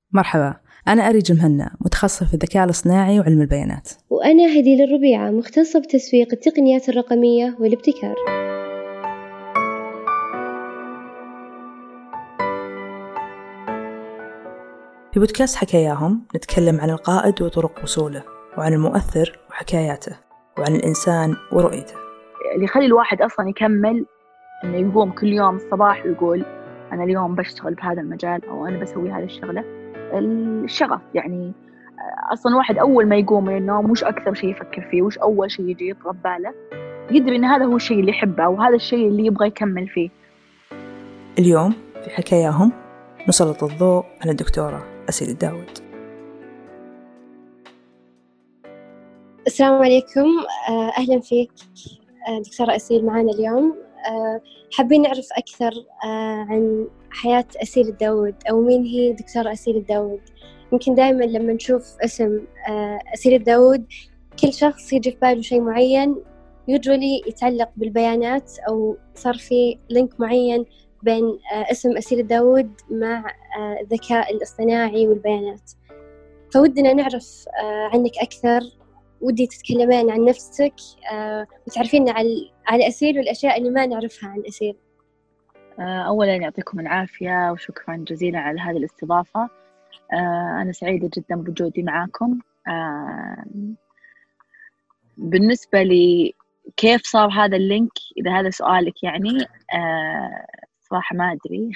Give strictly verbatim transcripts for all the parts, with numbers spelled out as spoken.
مرحبا، أنا أريج المهنا، متخصصة في الذكاء الاصطناعي وعلم البيانات. وأنا هديل الربيعة، مختصة بتسويق التقنيات الرقمية والابتكار. في بودكاست حكاياهم نتكلم عن القائد وطرق وصوله، وعن المؤثر وحكاياته، وعن الإنسان ورؤيته. اللي يخلي الواحد أصلا يكمل إنه يقوم كل يوم الصباح ويقول أنا اليوم بشتغل بهذا المجال أو أنا بسوي هذه الشغلة. الشغف يعني أصلا واحد أول ما يقوم من النوم وش أكثر شيء يفكر فيه، وش أول شيء يجي يطرب باله، يدري إن هذا هو الشيء اللي يحبه وهذا الشيء اللي يبغى يكمل فيه. اليوم في حكاياهم نسلط الضوء على الدكتورة أسيل الداود. السلام عليكم، أهلا فيك دكتورة أسيل معنا اليوم. حابين نعرف أكثر عن حياة أسيل الداود، أو مين هي دكتورة أسيل الداود. يمكن دائما لما نشوف اسم أسيل الداود كل شخص يجي في باله شيء معين يجولي يتعلق بالبيانات، أو صار في لينك معين بين اسم أسيل الداود مع الذكاء الاصطناعي والبيانات. فودنا نعرف عنك أكثر، ودي تتكلمين عن نفسك وتعرفينا على على أسيل والأشياء اللي ما نعرفها عن أسيل. أولا يعطيكم العافية وشكرا جزيلا على هذه الاستضافة. أنا سعيدة جدا بوجودي معاكم. بالنسبة لي كيف صار هذا اللينك، إذا هذا سؤالك يعني، صراحة ما أدري.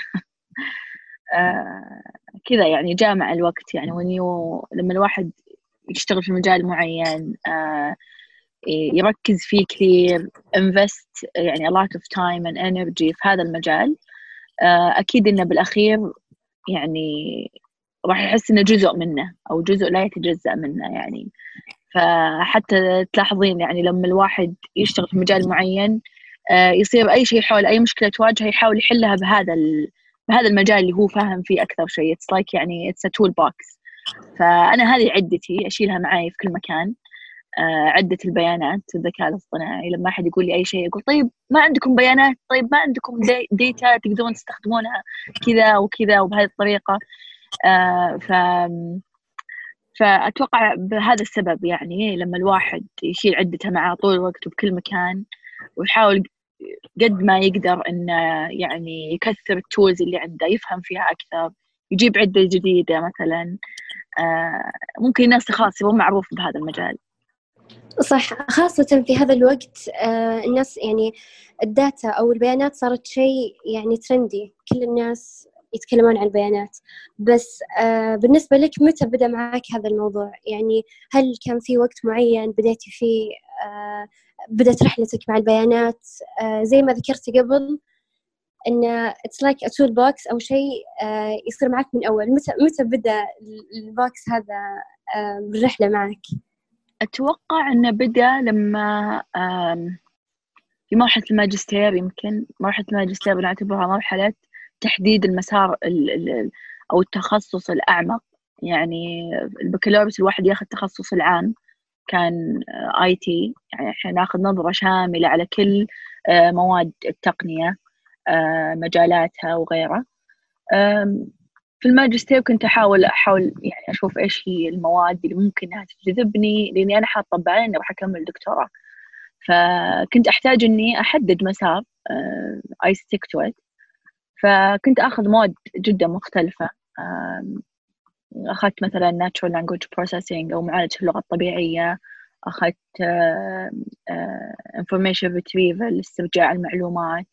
كذا يعني جاء مع الوقت، يعني ونيو لما الواحد يشتغل في مجال معين يركز فيه كثير، invest يعني a lot of time and energy في هذا المجال، أكيد إنه بالأخير يعني راح يحس إنه جزء منه أو جزء لا يتجزأ منه يعني. فحتى تلاحظين يعني لما الواحد يشتغل في مجال معين يصير أي شيء حول أي مشكلة تواجهه يحاول يحلها بهذا بهذا المجال اللي هو فاهم فيه أكثر شيء. it's like يعني it's a tool box. فأنا هذه عدتي أشيلها معي في كل مكان. عدة البيانات، الذكاء الاصطناعي. لما أحد يقول لي أي شيء يقول طيب ما عندكم بيانات، طيب ما عندكم ديتا تقدرون تستخدمونها كذا وكذا وبهذه الطريقة. ف فأتوقع بهذا السبب يعني لما الواحد يشيل عدتها معه طول الوقت وبكل مكان ويحاول قد ما يقدر إنه يعني يكثر التولز اللي عنده، يفهم فيها أكثر، يجيب عدة جديدة مثلا، ممكن الناس خلاص يبقوا معروف بهذا المجال. صح، خاصة في هذا الوقت الناس يعني الداتا أو البيانات صارت شيء يعني ترندي، كل الناس يتكلمون عن البيانات. بس بالنسبة لك متى بدأ معك هذا الموضوع؟ يعني هل كان في وقت معين بدأتي فيه، بدأت رحلتك مع البيانات زي ما ذكرتي قبل إن it's like a tool box أو شيء يصير معك من أول؟ متى متى بدأ البوكس هذا بالرحلة معك؟ أتوقع أنه بدأ لما في مرحلة الماجستير. يمكن مرحلة الماجستير بنعتبرها مرحلة تحديد المسار أو التخصص الأعمق. يعني البكالوريوس الواحد ياخذ تخصص العام كان آي تي، يعني إحنا ناخذ نظرة شاملة على كل مواد التقنية مجالاتها وغيرها. في الماجستير كنت أحاول أحاول يعني أشوف إيش هي المواد اللي ممكن أنها تجذبني، لأني أنا حاطة ببالي إني راح أكمل دكتوراه. فكنت أحتاج إني أحدد مسار I stick to it. فكنت أخذ مواد جدا مختلفة. أخذت مثلا natural language processing أو معالجة اللغة الطبيعية، أخذت information retrieval استرجاع المعلومات،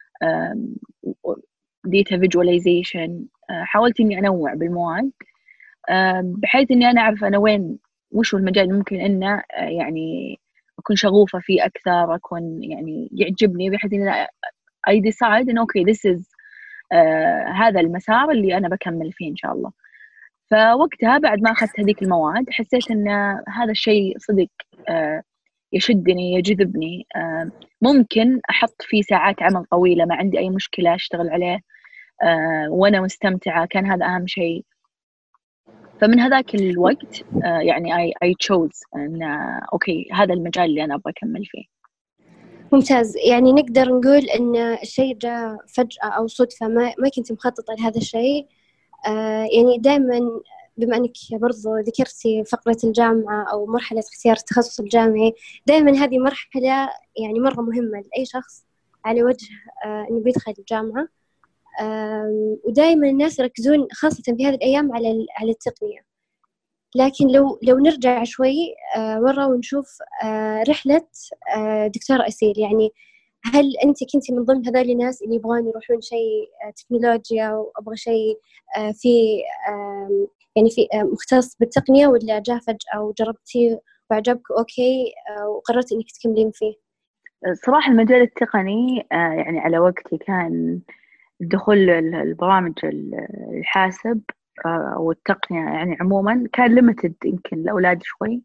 data visualization. حاولت إني أنوع بالمواد بحيث إني أنا أعرف أنا وين وش هو المجال اللي ممكن إنه يعني أكون شغوفة فيه أكثر، أكون يعني يعجبني، بحيث إني I decide إنه أوكي this is آه هذا المسار اللي أنا بكمل فيه إن شاء الله. فوقتها بعد ما أخذت هذيك المواد حسيت إن هذا الشيء صدق آه يشدني يجذبني، آه ممكن أحط فيه ساعات عمل طويلة، ما عندي أي مشكلة أشتغل عليه آه وأنا مستمتعة. كان هذا أهم شيء. فمن هذاك الوقت آه يعني I, I chose أن آه أوكي هذا المجال اللي أنا أبغى أكمل فيه. ممتاز. يعني نقدر نقول إن الشيء جاء فجأة أو صدفة، ما ما كنت مخططة لهذا الشيء، آه يعني دائما بما أنك برضو ذكرتي فقرة الجامعة أو مرحلة اختيار التخصص الجامعي، دائما هذه مرحلة يعني مرة مهمة لأي شخص على وجه آه إنه بيدخل الجامعة. آه ودائما الناس يركزون خاصة في هذه الأيام على على التقنية. لكن لو لو نرجع شوي آه ورا ونشوف آه رحلة آه دكتورة أسيل، يعني هل أنت كنتي من ضمن هذول الناس اللي يبغون يروحون شيء آه تكنولوجيا وأبغى شيء آه في آه يعني في آه مختص بالتقنية، ولا جاء فجأة وجربتي وعجبك أوكي آه وقررت إنك تكملين فيه؟ صراحة المجال التقني آه يعني على وقتي كان دخول البرامج الحاسب آه والتقنية يعني عموما كان ليميتد يمكن الأولاد شوي.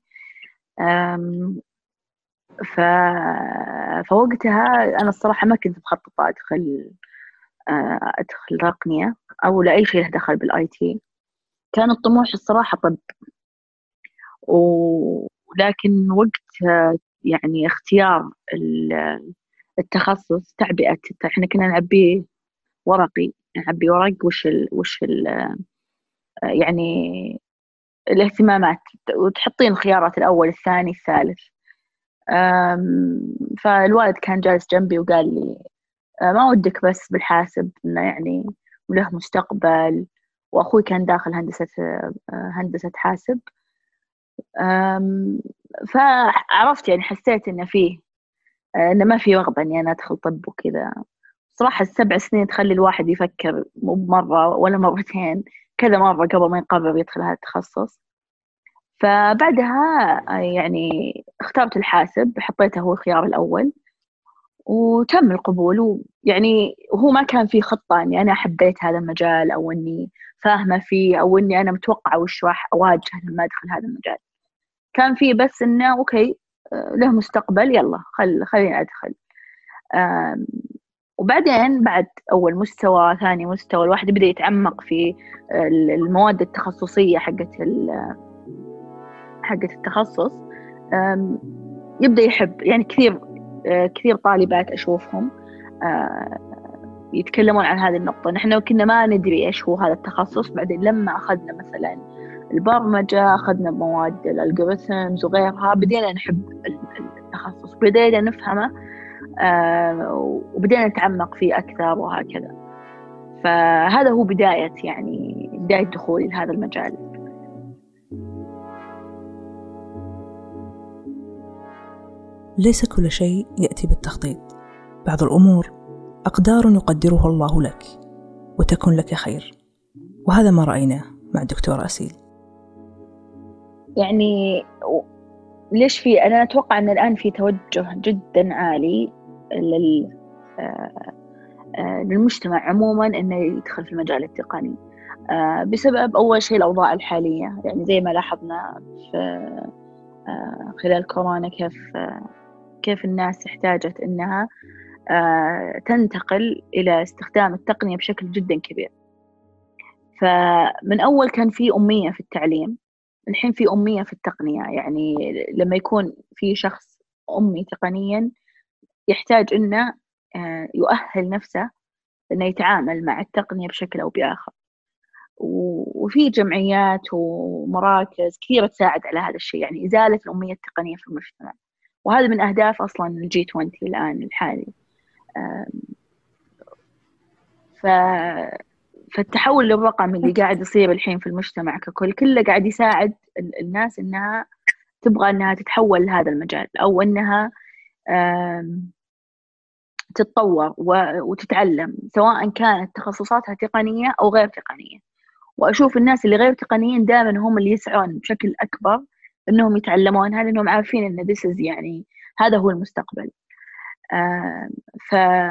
ف... فوقتها أنا الصراحة ما كنت مخططة أدخل أدخل تقنية أو لأي شيء له دخل بالآي تي. كان الطموح الصراحة طب، ولكن وقت يعني اختيار التخصص تعبئة، احنا كنا نعبيه ورقي، نعبي ورق وش ال وش ال يعني الاهتمامات، وتحطين الخيارات الأول الثاني الثالث. فالوالد كان جالس جنبي وقال لي ما ودك بس بالحاسب إنه يعني له مستقبل، وأخوي كان داخل هندسة هندسة حاسب. فعرفت يعني حسيت إنه فيه إنه ما في رغبة إني أنا أدخل طب وكذا. صراحة السبع سنين تخلي الواحد يفكر مو بمرة ولا مرتين، كذا مرة قبل ما يقرر يدخل هذا التخصص. فبعدها يعني اخترت الحاسب، حطيته هو الخيار الأول وتم القبول. ويعني هو ما كان في خطة أني أنا حبيت هذا المجال أو أني فاهمة فيه أو أني أنا متوقعة وش راح أواجه لما أدخل هذا المجال. كان فيه بس أنه أوكي له مستقبل، يلا خل خليني أدخل. وبعدين بعد أول مستوى ثاني مستوى الواحد بدأ يتعمق في المواد التخصصية حقت حقت التخصص، يبدأ يحب. يعني كثير كثير طالبات أشوفهم يتكلمون عن هذه النقطة. نحن كنا ما ندري إيش هو هذا التخصص، بعدين لما أخذنا مثلا البرمجة، أخذنا مواد الألغوريثمز وغيرها، بدينا نحب التخصص، بدينا نفهمه وبدينا نتعمق فيه أكثر وهكذا. فهذا هو بداية يعني بداية دخولي لهذا المجال. ليس كل شيء يأتي بالتخطيط، بعض الأمور أقدار يقدرها الله لك وتكون لك خير، وهذا ما رأيناه مع الدكتورة أسيل. يعني ليش في أنا أتوقع أن الآن في توجه جدا عالي لل للمجتمع عموما أنه يدخل في المجال التقني بسبب أول شيء الأوضاع الحالية. يعني زي ما لاحظنا في خلال كورونا كيف كيف الناس احتاجت أنها تنتقل إلى استخدام التقنية بشكل جدا كبير. فمن أول كان في أمية في التعليم، الحين في أمية في التقنية. يعني لما يكون في شخص أمي تقنيا يحتاج أنه يؤهل نفسه أنه يتعامل مع التقنية بشكل أو بآخر. وفي جمعيات ومراكز كثيرة تساعد على هذا الشيء، يعني إزالة الأمية التقنية في المجتمع. وهذا من أهداف أصلاً الجي عشرين الآن الحالي. ف فالتحول للرقم اللي قاعد يصير الحين في المجتمع ككل كله قاعد يساعد الناس إنها تبغى إنها تتحول لهذا المجال، أو إنها تتطور وتتعلم، سواء كانت تخصصاتها تقنية أو غير تقنية. وأشوف الناس اللي غير تقنيين دائما هم اللي يسعون بشكل أكبر إنهم يتعلمونها، لأنهم عارفين إن this is يعني هذا هو المستقبل. آه ف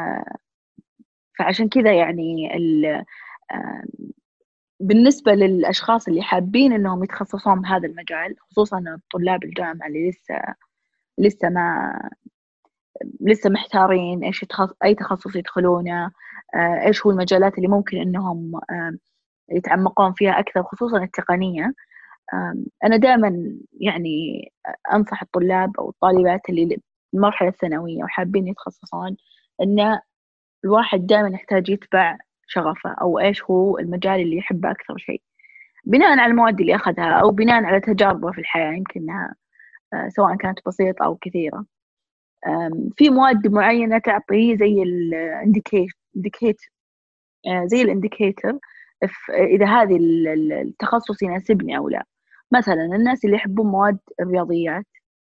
فعشان كذا يعني ال آه بالنسبة للأشخاص اللي حابين إنهم يتخصصون بهذا المجال، خصوصا طلاب الجامعة اللي لسه لسه ما لسه محتارين إيش يتخص... أي تخصص يدخلونه، آه إيش هو المجالات اللي ممكن إنهم آه يتعمقون فيها أكثر، خصوصا التقنية. أنا دائما يعني أنصح الطلاب أو الطالبات اللي المرحلة الثانوية وحابين يتخصصون، أن الواحد دائما يحتاج يتبع شغفه أو إيش هو المجال اللي يحبه أكثر شيء، بناء على المواد اللي أخذها أو بناء على تجاربه في الحياة، يمكنها سواء كانت بسيطة أو كثيرة. في مواد معينة تعطي زي الانديكيت زي الانديكيتر إذا هذه التخصص يناسبني أو لا. مثلا الناس اللي يحبون مواد الرياضيات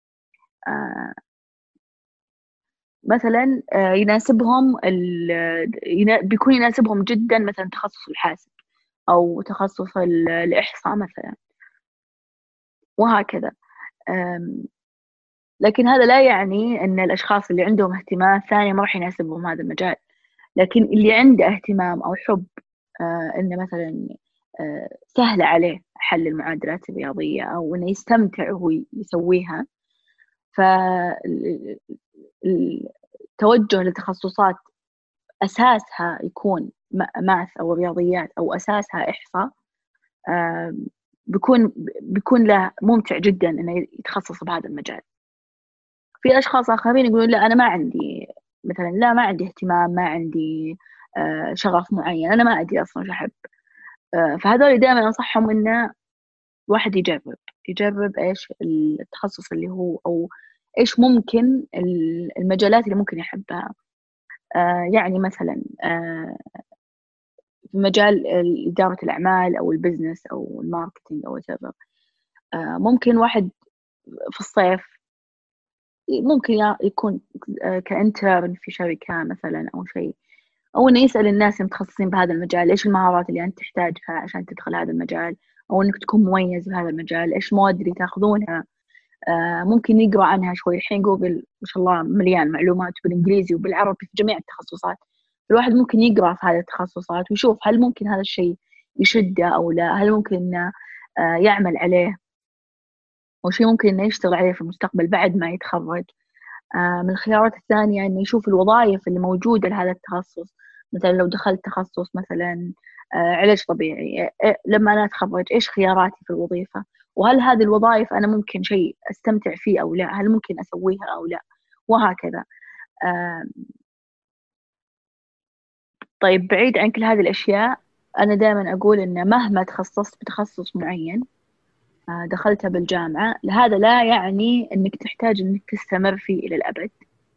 مثلا يناسبهم بيكون يناسبهم جدا مثلا تخصص الحاسب أو تخصص الإحصاء مثلا، وهكذا. لكن هذا لا يعني أن الأشخاص اللي عندهم اهتمام ثاني ما راح يناسبهم هذا المجال. لكن اللي عنده اهتمام أو حب آه إنه مثلا آه سهل عليه حل المعادلات الرياضية أو إنه يستمتع وهو يسويها، فالتوجه لتخصصات أساسها يكون ماث أو رياضيات أو أساسها إحصاء آه بيكون بيكون له ممتع جدا إنه يتخصص بهذا المجال. في أشخاص آخرين يقولون لا أنا ما عندي مثلا لا ما عندي اهتمام، ما عندي آه شغف معين، أنا ما أدري أصلا شو أحب. آه فهذول دائما أنصحهم إنه واحد يجرب يجرب إيش التخصص اللي هو أو إيش ممكن المجالات اللي ممكن يحبها. آه يعني مثلا آه في مجال إدارة الأعمال أو البزنس أو الماركتينج أو whatever. آه ممكن واحد في الصيف ممكن يكون كإنترن في شركة مثلا أو شيء، أو إنه يسأل الناس المتخصصين بهذا المجال إيش المهارات اللي أنت تحتاجها عشان تدخل هذا المجال، أو إنك تكون مميز بهذا المجال، إيش المواد اللي تأخذونها. آه ممكن يقرأ عنها شوي. الحين جوجل ما شاء الله مليان معلومات بالإنجليزي وبالعربي في جميع التخصصات. الواحد ممكن يقرأ في هذه التخصصات ويشوف هل ممكن هذا الشيء يشده أو لا، هل ممكن إنه آه يعمل عليه أو شيء ممكن إنه يشتغل عليه في المستقبل بعد ما يتخرج. آه من الخيارات الثانية إنه يشوف الوظائف اللي موجودة لهذا التخصص. مثلا لو دخلت تخصص مثلا آه علاج طبيعي، إيه لما أنا أتخرج إيش خياراتي في الوظيفة، وهل هذه الوظائف أنا ممكن شيء أستمتع فيه أو لا، هل ممكن أسويها أو لا، وهكذا. آه طيب بعيد عن كل هذه الأشياء، أنا دائما أقول إن مهما تخصصت بتخصص معين دخلتها بالجامعة، هذا لا يعني أنك تحتاج أنك تستمر فيه إلى الأبد.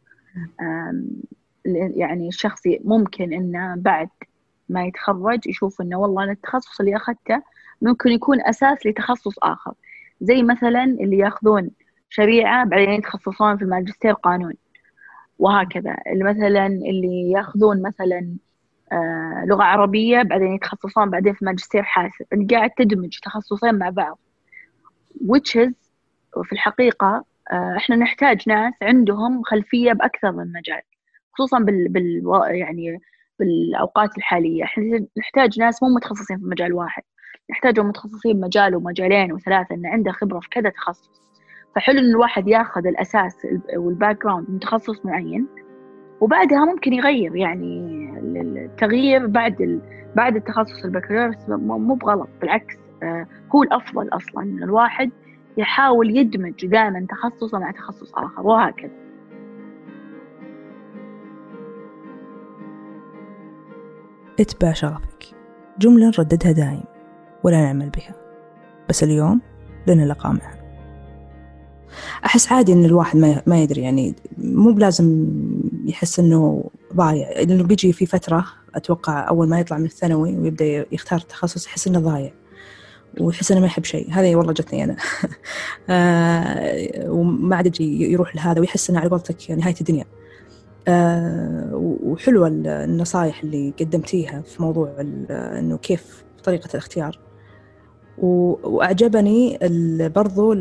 يعني الشخص ممكن أنه بعد ما يتخرج يشوف أنه والله أنا التخصص اللي أخذته ممكن يكون أساس لتخصص آخر، زي مثلا اللي يأخذون شريعة بعدين يتخصصون في الماجستير قانون، وهكذا. اللي مثلا اللي يأخذون مثلا آه لغة عربية بعدين يتخصصون بعدين في ماجستير حاسب، أنت قاعد تدمج تخصصين مع بعض. which is في الحقيقة إحنا نحتاج ناس عندهم خلفية بأكثر من مجال، خصوصا بال, بال يعني بالأوقات الحالية. إحنا نحتاج ناس مو متخصصين في مجال واحد، نحتاجهم متخصصين مجال ومجالين وثلاثة، إن عنده خبرة في كذا تخصص. فحلو إن الواحد ياخذ الأساس والباك جراوند من تخصص معين، وبعدها ممكن يغير. يعني التغيير بعد ال... بعد التخصص البكالوريوس مو بغلط، بالعكس هو الأفضل أصلاً. الواحد يحاول يدمج دائماً تخصصه مع تخصص آخر، وهكذا. اتبع شغفك، جملة نرددها دائم ولا نعمل بها، بس اليوم لنا لقاء معها. أحس عادي إن الواحد ما ما يدري، يعني مو بلازم يحس إنه ضايع، لأنه بيجي في فترة أتوقع أول ما يطلع من الثانوي ويبدأ يختار تخصص يحس إنه ضايع ويحس إنه ما يحب شيء. هذه والله جتني أنا آه وما عاد يجي يروح لهذا ويحس إنه على قولتك نهاية الدنيا. آه وحلوة النصائح اللي قدمتيها في موضوع إنه كيف طريقة الاختيار، وأعجبني برضو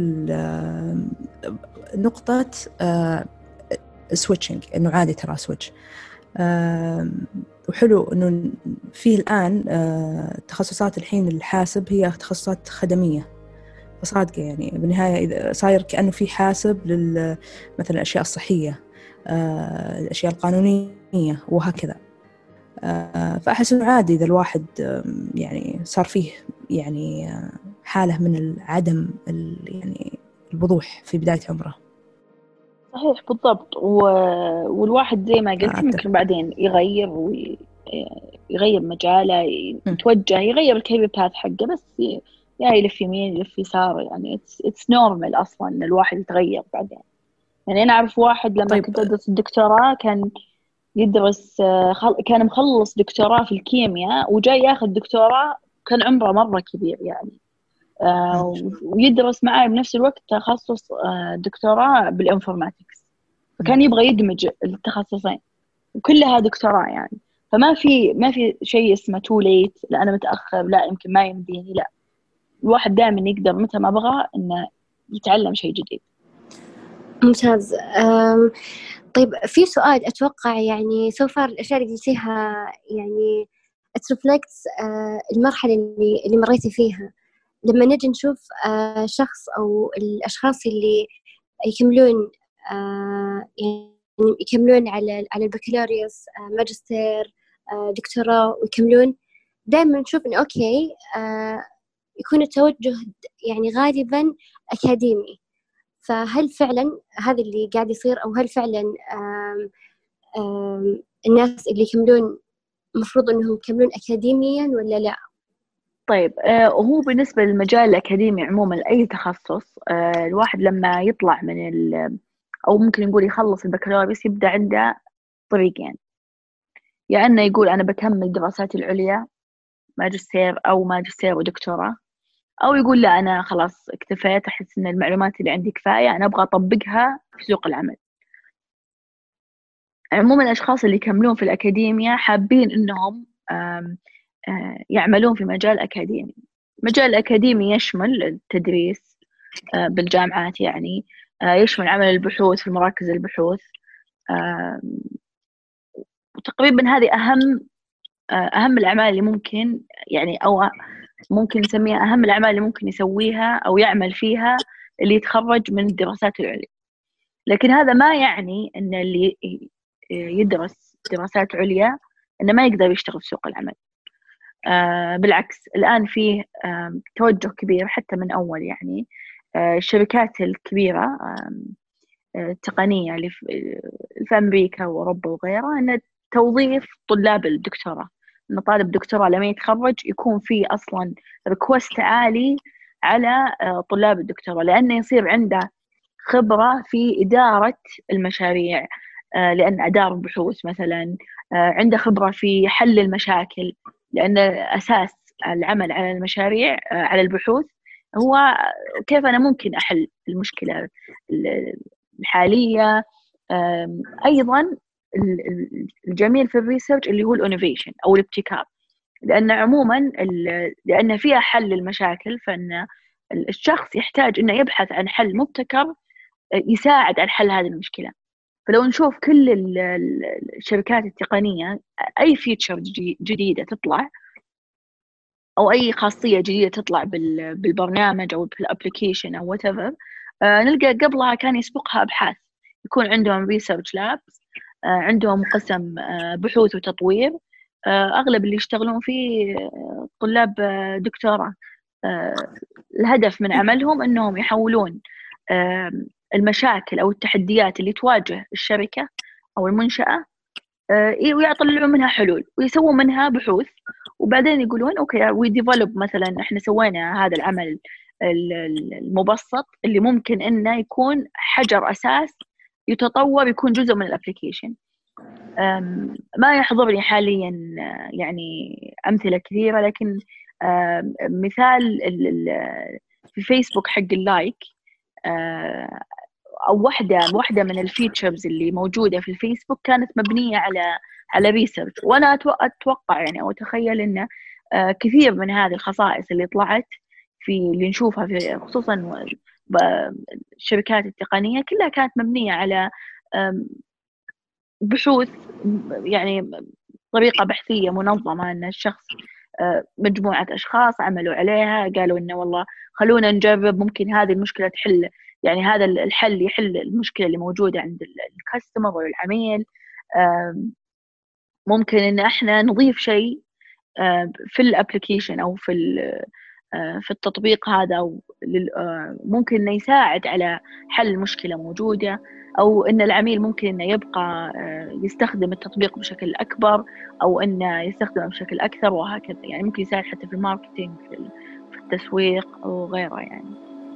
نقطة سويتشنج، إنه عادي ترى سويتش. وحلو إنه فيه الآن تخصصات الحين الحاسب هي تخصصات خدمية صادقة، يعني بالنهاية إذا صاير كأنه في حاسب لل مثلا الأشياء الصحية، الأشياء القانونية وهكذا. فأحس إنه عادي إذا الواحد يعني صار فيه يعني حالة من عدم يعني الوضوح في بداية عمره. صحيح بالضبط. و... والواحد زي ما قلت ممكن بعدين يغير يغير مجاله، يتوجه، يغير الكارير باث حقه، بس يا يلف يمين يلف يسار. يعني it's it's normal أصلا إن الواحد يتغير بعدين. يعني أنا أعرف واحد لما طيب. كنت أدرس الدكتوراه كان يدرس خل... كان مخلص دكتوراه في الكيمياء وجاي ياخذ دكتوراه، كان عمره مرة كبير يعني، آه ويدرس معي بنفس الوقت تخصص آه دكتوراه بالإنفورماتكس، فكان يبغى يدمج التخصصين وكلها دكتوراه يعني. فما في ما في شيء اسمه تو ليت، لا أنا متأخر، لا يمكن ما يمديني، لا، الواحد دائما يقدر متى ما بغى إنه يتعلم شيء جديد. ممتاز. أم طيب في سؤال أتوقع يعني سوفر الأشياء اللي قلتيها يعني it reflects uh, المرحلة اللي اللي مريتي فيها. لما نجي نشوف uh, شخص أو الأشخاص اللي يكملون uh, يعني يكملون على على البكالوريوس، uh, ماجستير، uh, دكتوراه، ويكملون، دائما نشوف إنه أوكي uh, يكون التوجه يعني غالبا أكاديمي. فهل فعلا هذا اللي قاعد يصير، أو هل فعلا آم آم الناس اللي يكملون مفروض أنهم يكملون أكاديميا ولا لا؟ طيب آه هو بالنسبة للمجال الأكاديمي عموما لأي تخصص، آه الواحد لما يطلع من ال أو ممكن نقول يخلص البكالوريوس يبدأ عنده طريقين، يا يعني أنه يقول أنا بكمل دراساتي العليا ماجستير أو ماجستير ودكتوراه، أو يقول لا أنا خلاص اكتفيت، أحس إن المعلومات اللي عندي كفاية، أنا أبغى أطبقها في سوق العمل. عموما الأشخاص اللي يكملون في الأكاديمية حابين إنهم آم آم يعملون في مجال أكاديمي. مجال الأكاديمي يشمل التدريس بالجامعات، يعني يشمل عمل البحوث في مراكز البحوث، وتقريبا هذه أهم أهم الأعمال اللي ممكن يعني أو ممكن نسميها أهم الأعمال اللي ممكن يسويها أو يعمل فيها اللي يتخرج من الدراسات العليا. لكن هذا ما يعني أن اللي يدرس دراسات عليا أنه ما يقدر يشتغل في سوق العمل. آه بالعكس، الآن فيه آه توجه كبير حتى من أول، يعني آه الشركات الكبيرة آه التقنية اللي في, في أمريكا وأوروبا وغيرها، أن توظيف طلاب الدكتوراه، أن طالب دكتوراه لما يتخرج يكون فيه أصلا ريكوست عالي على آه طلاب الدكتوراه، لأنه يصير عنده خبرة في إدارة المشاريع، آه لأن أدار بحوث مثلا، آه عنده خبرة في حل المشاكل، لأن أساس العمل على المشاريع آه على البحوث هو كيف أنا ممكن أحل المشكلة الحالية. آه أيضا الجميل في الريسيرش اللي هو الانوفيشن أو الابتكار، لأن عموما لأن فيها حل المشاكل، فإن الشخص يحتاج إنه يبحث عن حل مبتكر يساعد على حل هذه المشكلة. فلو نشوف كل الشركات التقنية أي فيتشر جديدة تطلع أو أي خاصية جديدة تطلع بالبرنامج أو بالأبليكيشن أو whatever، نلقى قبلها كان يسبقها أبحاث، يكون عندهم ريسيرش لابس، عندهم قسم بحوث وتطوير، أغلب اللي يشتغلون فيه طلاب دكتوراه. الهدف من عملهم أنهم يحولون المشاكل أو التحديات اللي تواجه الشركة أو المنشأة ويطلعوا منها حلول ويسووا منها بحوث، وبعدين يقولون أوكي وي ديفلوب، مثلا إحنا سوينا هذا العمل المبسط اللي ممكن إنه يكون حجر أساس يتطور يكون جزء من الابليكيشن. ما يحضرني حاليا يعني أمثلة كثيرة، لكن مثال في فيسبوك حق اللايك، أو واحدة واحدة من الفيتشرز اللي موجودة في الفيسبوك كانت مبنية على على ريسيرش، وأنا أتوقع يعني أو أتخيل إن كثير من هذه الخصائص اللي طلعت في اللي نشوفها في خصوصا الشركات التقنية كلها كانت مبنية على بحوث، يعني طريقة بحثية منظمة، أن الشخص مجموعة أشخاص عملوا عليها، قالوا إنه والله خلونا نجرب ممكن هذه المشكلة تحل، يعني هذا الحل يحل المشكلة اللي موجودة عند الكاستمر أو العميل، ممكن إن إحنا نضيف شيء في الابليكيشن أو في في التطبيق هذا أو ممكن إنه يساعد على حل مشكلة موجودة، أو إن العميل ممكن إنه يبقى يستخدم التطبيق بشكل أكبر، أو إنه يستخدمه بشكل أكثر، وهكذا. يعني ممكن يساعد حتى في الماركتينج، في التسويق أو غيره. يعني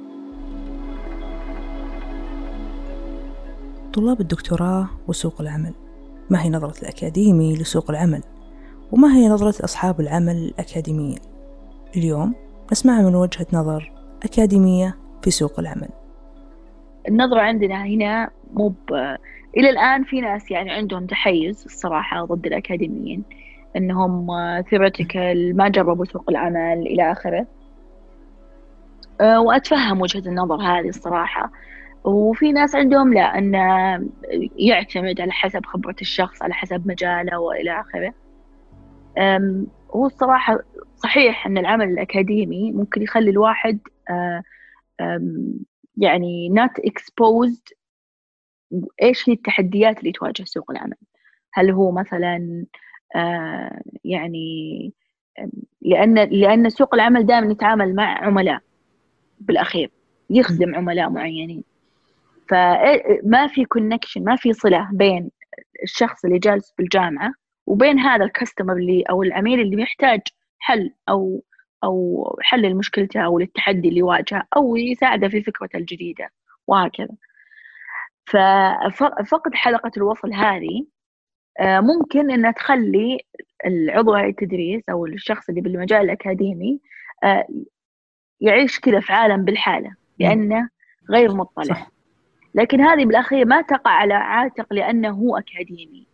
طلاب الدكتوراه وسوق العمل، ما هي نظرة الأكاديمي لسوق العمل؟ وما هي نظرة أصحاب العمل الأكاديميين؟ اليوم نسمعها من وجهة نظر أكاديمية في سوق العمل. النظرة عندنا هنا مو إلى الآن في ناس يعني عندهم تحيز الصراحة ضد الأكاديميين، إنهم ثيوريتيكال، ما جربوا سوق العمل إلى آخره. وأتفهم وجهة النظر هذه الصراحة. وفي ناس عندهم لا، أن يعتمد على حسب خبرة الشخص، على حسب مجاله وإلى آخره. هو الصراحة صحيح أن العمل الأكاديمي ممكن يخلي الواحد يعني not exposed إيش هي التحديات اللي تواجه سوق العمل. هل هو مثلا يعني لأن لأن سوق العمل دائما يتعامل مع عملاء بالأخير، يخدم عملاء معينين، فما في كونكشن، ما في صلة بين الشخص اللي جالس بالجامعة وبين هذا الكاستمر اللي أو العميل اللي يحتاج حل أو أو حل المشكلة أو التحدي اللي يواجهه أو يساعده في فكرته الجديدة وهكذا. ففقد حلقة الوصل هذه ممكن أنها تخلي العضو هيئة التدريس أو الشخص اللي بالمجال الأكاديمي يعيش كذا في عالم بالحالة، لأنه غير مطلع. صح. لكن هذه بالأخير ما تقع على عاتق لأنه هو أكاديمي.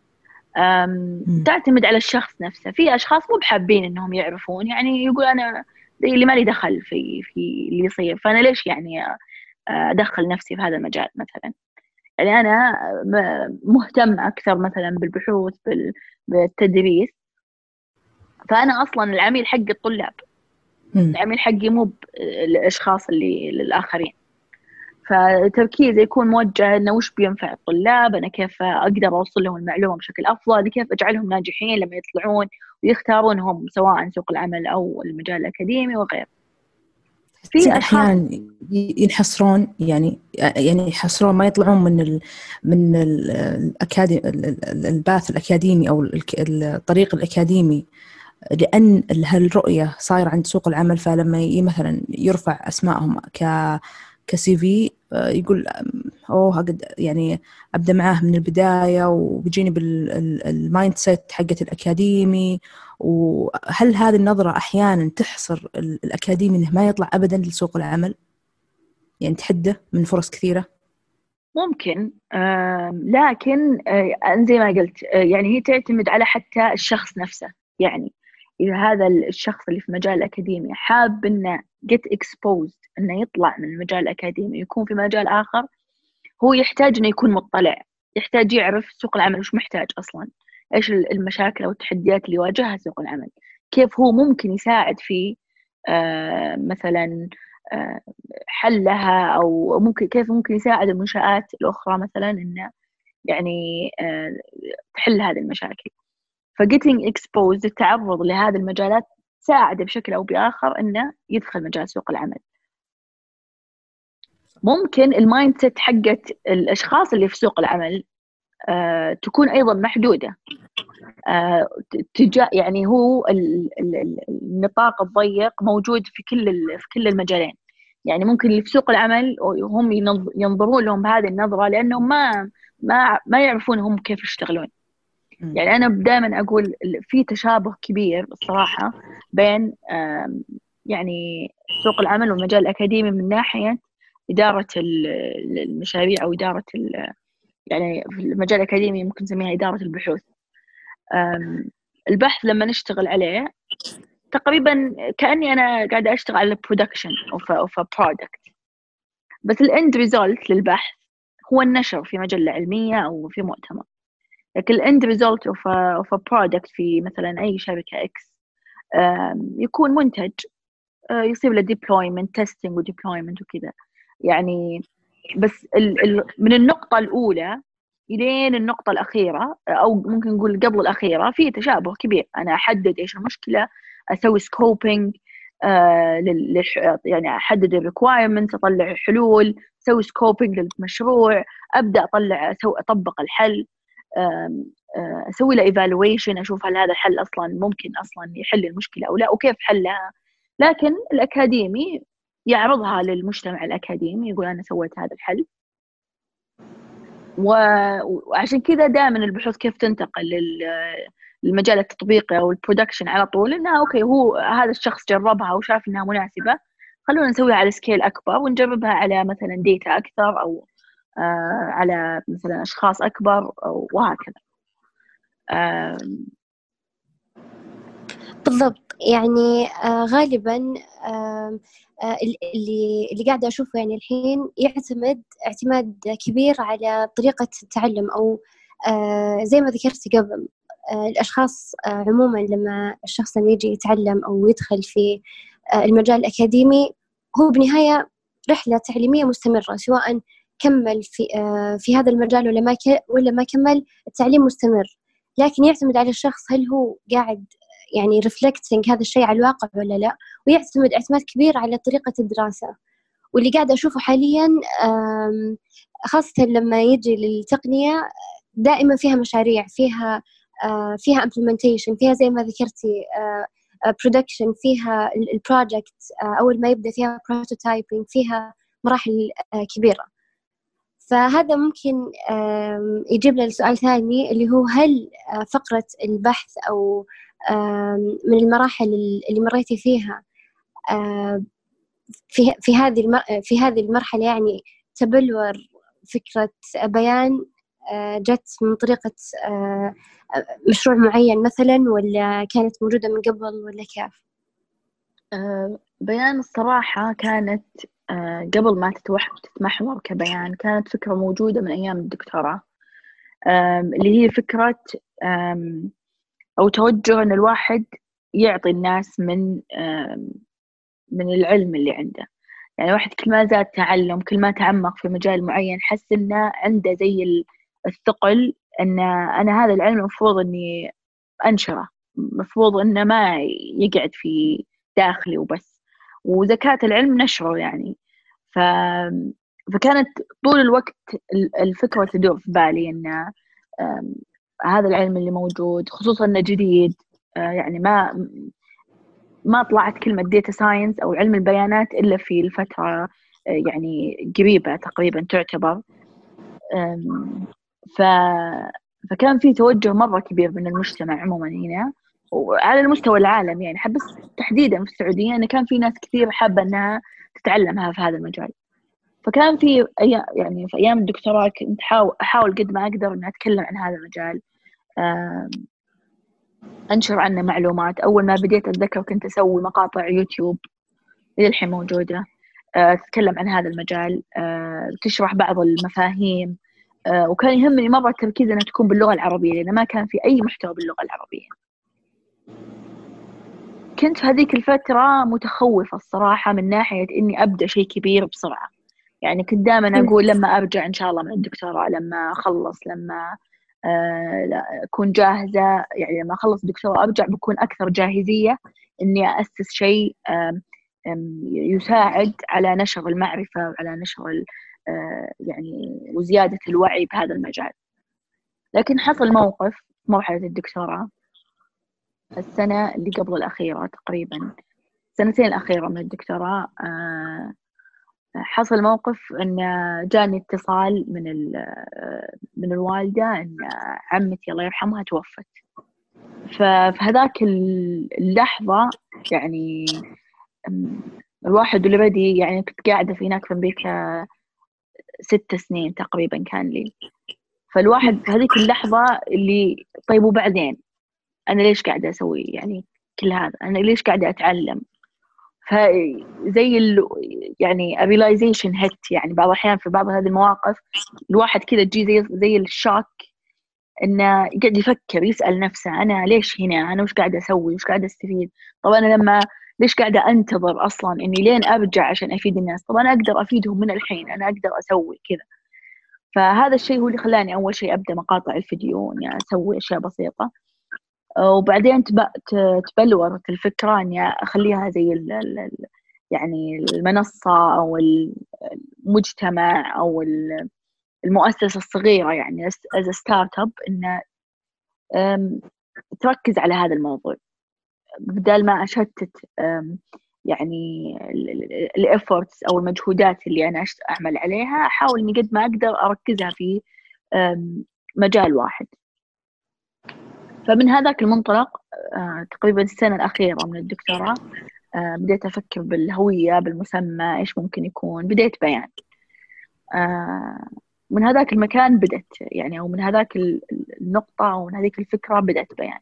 تعتمد على الشخص نفسه. في أشخاص مو بحابين إنهم يعرفون، يعني يقول أنا اللي ما لي دخل في في اللي يصير، فأنا ليش يعني أدخل نفسي في هذا المجال مثلا. يعني أنا مهتم أكثر مثلا بالبحوث بالتدريس، فأنا أصلا العميل حق الطلاب، العميل حقي مو بالأشخاص اللي الآخرين. فتركيزي يكون موجه إنه وش بينفع الطلاب، أنا كيف أقدر أوصل لهم المعلومة بشكل أفضل، كيف أجعلهم ناجحين لما يطلعون ويختارونهم سواء سوق العمل أو المجال الأكاديمي وغيره. في أحيانا ينحصرون، يعني يعني يحصرون ما يطلعون من ال من الأكاديمي، الباث الأكاديمي أو الطريق الأكاديمي، لأن هالرؤية صايرة عند سوق العمل. فلما مثلا يرفع أسمائهم ك كسي في يقول أوه أقد يعني أبدأ معاه من البداية وبيجيني بالمايند سيت حقة الأكاديمي. وهل هذه النظرة أحيانا تحصر الأكاديمي إنه ما يطلع أبدا لسوق العمل، يعني تحده من فرص كثيرة؟ ممكن، آه لكن آه زي ما قلت آه يعني هي تعتمد على حتى الشخص نفسه. يعني إذا هذا الشخص اللي في مجال الأكاديمي حاب إنه get exposed، إنه يطلع من المجال الأكاديمي يكون في مجال آخر، هو يحتاج إنه يكون مطلع، يحتاج يعرف سوق العمل وش محتاج أصلاً، إيش المشاكل أو التحديات اللي يواجهها سوق العمل، كيف هو ممكن يساعد في آه مثلاً آه حلها، أو ممكن كيف ممكن يساعد المنشآت الأخرى مثلاً إنه يعني آه تحل هذه المشاكل. فgetting exposed، التعرض لهذه المجالات ساعده بشكل أو بآخر إنه يدخل مجال سوق العمل. ممكن المايند سيت حقت الأشخاص اللي في سوق العمل آه تكون أيضا محدودة. آه تجا يعني هو النطاق الضيق موجود في كل في كل المجالين. يعني ممكن اللي في سوق العمل هم ينظرون لهم بهذه النظرة لأنهم ما ما ما يعرفون هم كيف يشتغلون. يعني أنا دائما أقول في تشابه كبير الصراحة بين يعني سوق العمل والمجال الأكاديمي من ناحية إدارة المشاريع أو إدارة يعني في المجال الأكاديمي ممكن نسميها إدارة البحوث. البحث لما نشتغل عليه تقريبا كأني أنا قاعدة أشتغل على production of a product، بس الإند ريزولت للبحث هو النشر في مجلة علمية أو في مؤتمر. لكن الإند ريزولت of a, of a product في مثلا أي شركة إكس يكون منتج يصير له deployment testing و deployment وكذا. يعني بس ال ال من النقطة الأولى إلين النقطة الأخيرة أو ممكن نقول قبل الأخيرة في تشابه كبير. أنا أحدد إيش المشكلة، أسوي scoping، آه للح... يعني أحدد الريكوايرمنت، أطلع حلول، أسوي سكوبينج للمشروع، أبدأ أطلع أسوي أطبق الحل، أسوي له evaluation، أشوف هل هذا الحل أصلا ممكن أصلا يحل المشكلة أو لا وكيف حلها. لكن الأكاديمي يعرضها للمجتمع الأكاديمي، يقول أنا سويت هذا الحل. وعشان كذا دائما البحوث كيف تنتقل للمجال التطبيقي أو البرودكشن على طول، إنها أوكي هو هذا الشخص جربها وشاف إنها مناسبة، خلونا نسويها على سكيل أكبر ونجربها على مثلا ديتا أكثر أو آه على مثلا أشخاص أكبر أو وهكذا. آه بالضبط. يعني آه غالبا آه آه اللي اللي قاعدة أشوفه يعني الحين يعتمد اعتماد كبير على طريقة التعلم، أو آه زي ما ذكرت قبل، آه الأشخاص آه عموما لما الشخص لما يجي يتعلم أو يدخل في آه المجال الأكاديمي، هو بنهاية رحلة تعليمية مستمرة، سواء كمل في آه في هذا المجال ولا ما ولا ما كمل، التعليم مستمر. لكن يعتمد على الشخص هل هو قاعد يعني reflecting هذا الشيء على الواقع ولا لا، ويعتمد اعتماد كبير على طريقة الدراسة. واللي قاعدة أشوفه حاليا خاصة لما يجي للتقنية، دائما فيها مشاريع، فيها فيها implementation، فيها زي ما ذكرتي production، فيها البروجكت أول ما يبدأ، فيها prototyping، فيها مراحل كبيرة. فهذا ممكن يجيب لنا سؤال ثاني اللي هو هل فقرة البحث أو من المراحل اللي مريتي فيها في في هذه في هذه المرحلة يعني تبلور فكرة بيان جت من طريقة مشروع معين مثلا، ولا كانت موجودة من قبل، ولا كيف؟ بيان الصراحة كانت قبل ما تتمحور كبيان، كانت فكرة موجودة من أيام الدكتوراه، اللي هي فكرة أو توجه أن الواحد يعطي الناس من من العلم اللي عنده. يعني واحد كل ما زاد تعلم، كل ما تعمق في مجال معين، حس إنه عنده زي الثقل أن أنا هذا العلم المفروض إني أنشره، مفروض إنه ما يقعد في داخلي وبس، وزكاة العلم نشره يعني. ف... فكانت طول الوقت الفكرة تدور في بالي إن هذا العلم اللي موجود، خصوصا إنه جديد، يعني ما ما طلعت كلمة data science أو علم البيانات إلا في الفترة يعني قريبة تقريبا تعتبر. ف... فكان في توجه مرة كبير من المجتمع عموما هنا وعلى المستوى العالم، يعني حبس تحديدا في السعودية أن كان في ناس كثير حابة أنها تتعلمها في هذا المجال. فكان في أي يعني في أيام الدكتوراه كنت أحاول قد ما أقدر أن أتكلم عن هذا المجال، أنشر عنه معلومات. أول ما بديت أتذكر كنت أسوي مقاطع يوتيوب إلى الحين موجودة تتكلم عن هذا المجال، تشرح بعض المفاهيم، وكان يهمني مرة التركيز أنها تكون باللغة العربية، لأن ما كان في أي محتوى باللغة العربية. كنت في هذيك الفترة متخوفة الصراحة من ناحية إني أبدأ شيء كبير بسرعة. يعني كنت دائما أقول لما أرجع إن شاء الله من الدكتوراه، لما أخلص، لما أكون جاهزة، يعني لما أخلص الدكتوراه أرجع بكون أكثر جاهزية إني أسس شيء يساعد على نشر المعرفة وعلى نشر يعني وزيادة الوعي بهذا المجال. لكن حصل موقف مرحلة الدكتوراه السنة اللي قبل الأخيرة تقريبا، سنتين الأخيرة من الدكتوراه، حصل موقف أن جاني اتصال من من الوالدة أن عمتي الله يرحمها توفت. ففي هذاك اللحظة يعني الواحد اللي بدي يعني كنت قاعدة في هناك في أمريكا ست سنين تقريبا كان لي. فالواحد في هذيك اللحظة اللي طيب وبعدين أنا ليش قاعدة أسوي يعني كل هذا؟ أنا ليش قاعدة أتعلم؟ فزي ال يعني realization hit، يعني بعض الأحيان في بعض هذه المواقف الواحد كذا تجي زي زي الشاك، إنه قاعد يفكر يسأل نفسه أنا ليش هنا؟ أنا وش قاعدة أسوي؟ وش قاعدة أستفيد؟ طب أنا لما ليش قاعدة أنتظر أصلاً إني لين أرجع عشان أفيد الناس؟ طب أنا أقدر أفيدهم من الحين، أنا أقدر أسوي كذا. فهذا الشيء هو اللي خلاني أول شيء أبدأ مقاطع الفيديو، يعني أسوي أشياء بسيطة. وبعدين تبلورت الفكرة إني أخليها زي ال ال يعني المنصة أو المجتمع أو المؤسسة الصغيرة، يعني as a startup، إنه تركز على هذا الموضوع بدل ما أشتت يعني الإفورتس أو المجهودات اللي أنا أعمل عليها. أحاول إني قد ما أقدر أركزها في مجال واحد. فمن هذاك المنطلق تقريبا السنة الأخيرة من الدكتوراه بديت أفكر بالهوية، بالمسمى، إيش ممكن يكون. بديت بيان من هذاك المكان بدأت يعني، أو من هذاك النقطة أو من هذيك الفكرة بدأت بيان.